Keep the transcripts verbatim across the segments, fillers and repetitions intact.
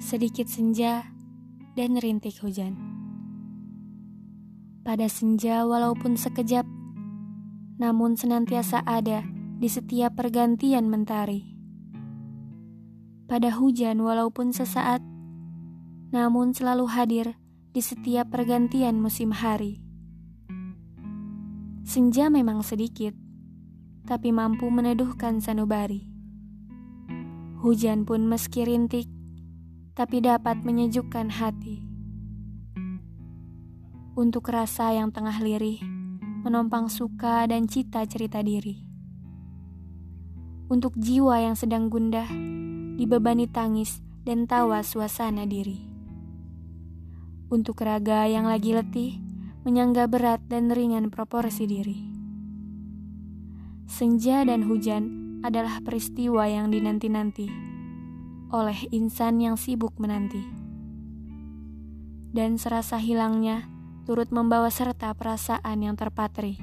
sedikit senja, dan rintik hujan. Pada senja walaupun sekejap, namun senantiasa ada di setiap pergantian mentari. Pada hujan walaupun sesaat, namun selalu hadir di setiap pergantian musim hari. Senja memang sedikit, tapi mampu meneduhkan sanubari. Hujan pun meski rintik, tapi dapat menyejukkan hati. Untuk rasa yang tengah lirih, menompang suka dan cita cerita diri. Untuk jiwa yang sedang gundah, dibebani tangis dan tawa suasana diri. Untuk raga yang lagi letih, menyangga berat dan ringan proporsi diri. Senja dan hujan adalah peristiwa yang dinanti-nanti oleh insan yang sibuk menanti. Dan serasa hilangnya turut membawa serta perasaan yang terpatri.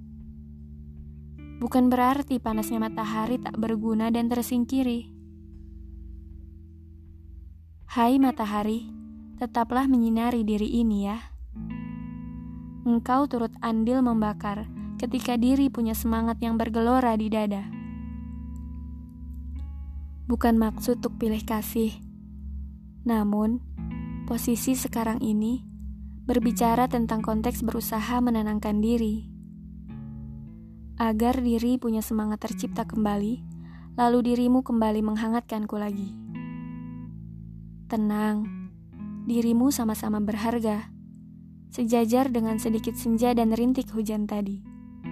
Bukan berarti panasnya matahari tak berguna dan tersingkiri. Hai matahari, tetaplah menyinari diri ini ya. Engkau turut andil membakar ketika diri punya semangat yang bergelora di dada. Bukan maksud untuk pilih kasih, namun posisi sekarang ini berbicara tentang konteks berusaha menenangkan diri. Agar diri punya semangat tercipta kembali, lalu dirimu kembali menghangatkanku lagi. Tenang, dirimu sama-sama berharga, sejajar dengan sedikit senja dan rintik hujan tadi.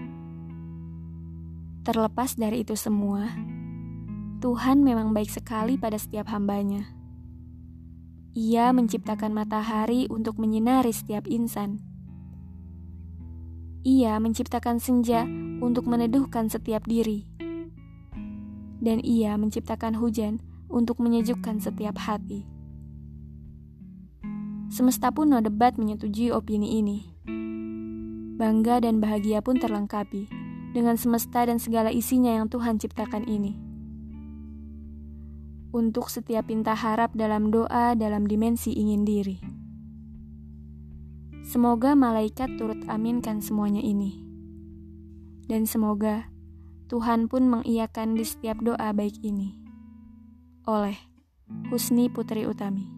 Terlepas dari itu semua, Tuhan memang baik sekali pada setiap hambanya. Ia menciptakan matahari untuk menyinari setiap insan. Ia menciptakan senja untuk meneduhkan setiap diri. Dan ia menciptakan hujan untuk menyejukkan setiap hati. Semesta pun no debat menyetujui opini ini. Bangga dan bahagia pun terlengkapi dengan semesta dan segala isinya yang Tuhan ciptakan ini. Untuk setiap pinta harap dalam doa dalam dimensi ingin diri. Semoga malaikat turut aminkan semuanya ini. Dan semoga Tuhan pun mengiyakan di setiap doa baik ini. Oleh Husni Putri Utami.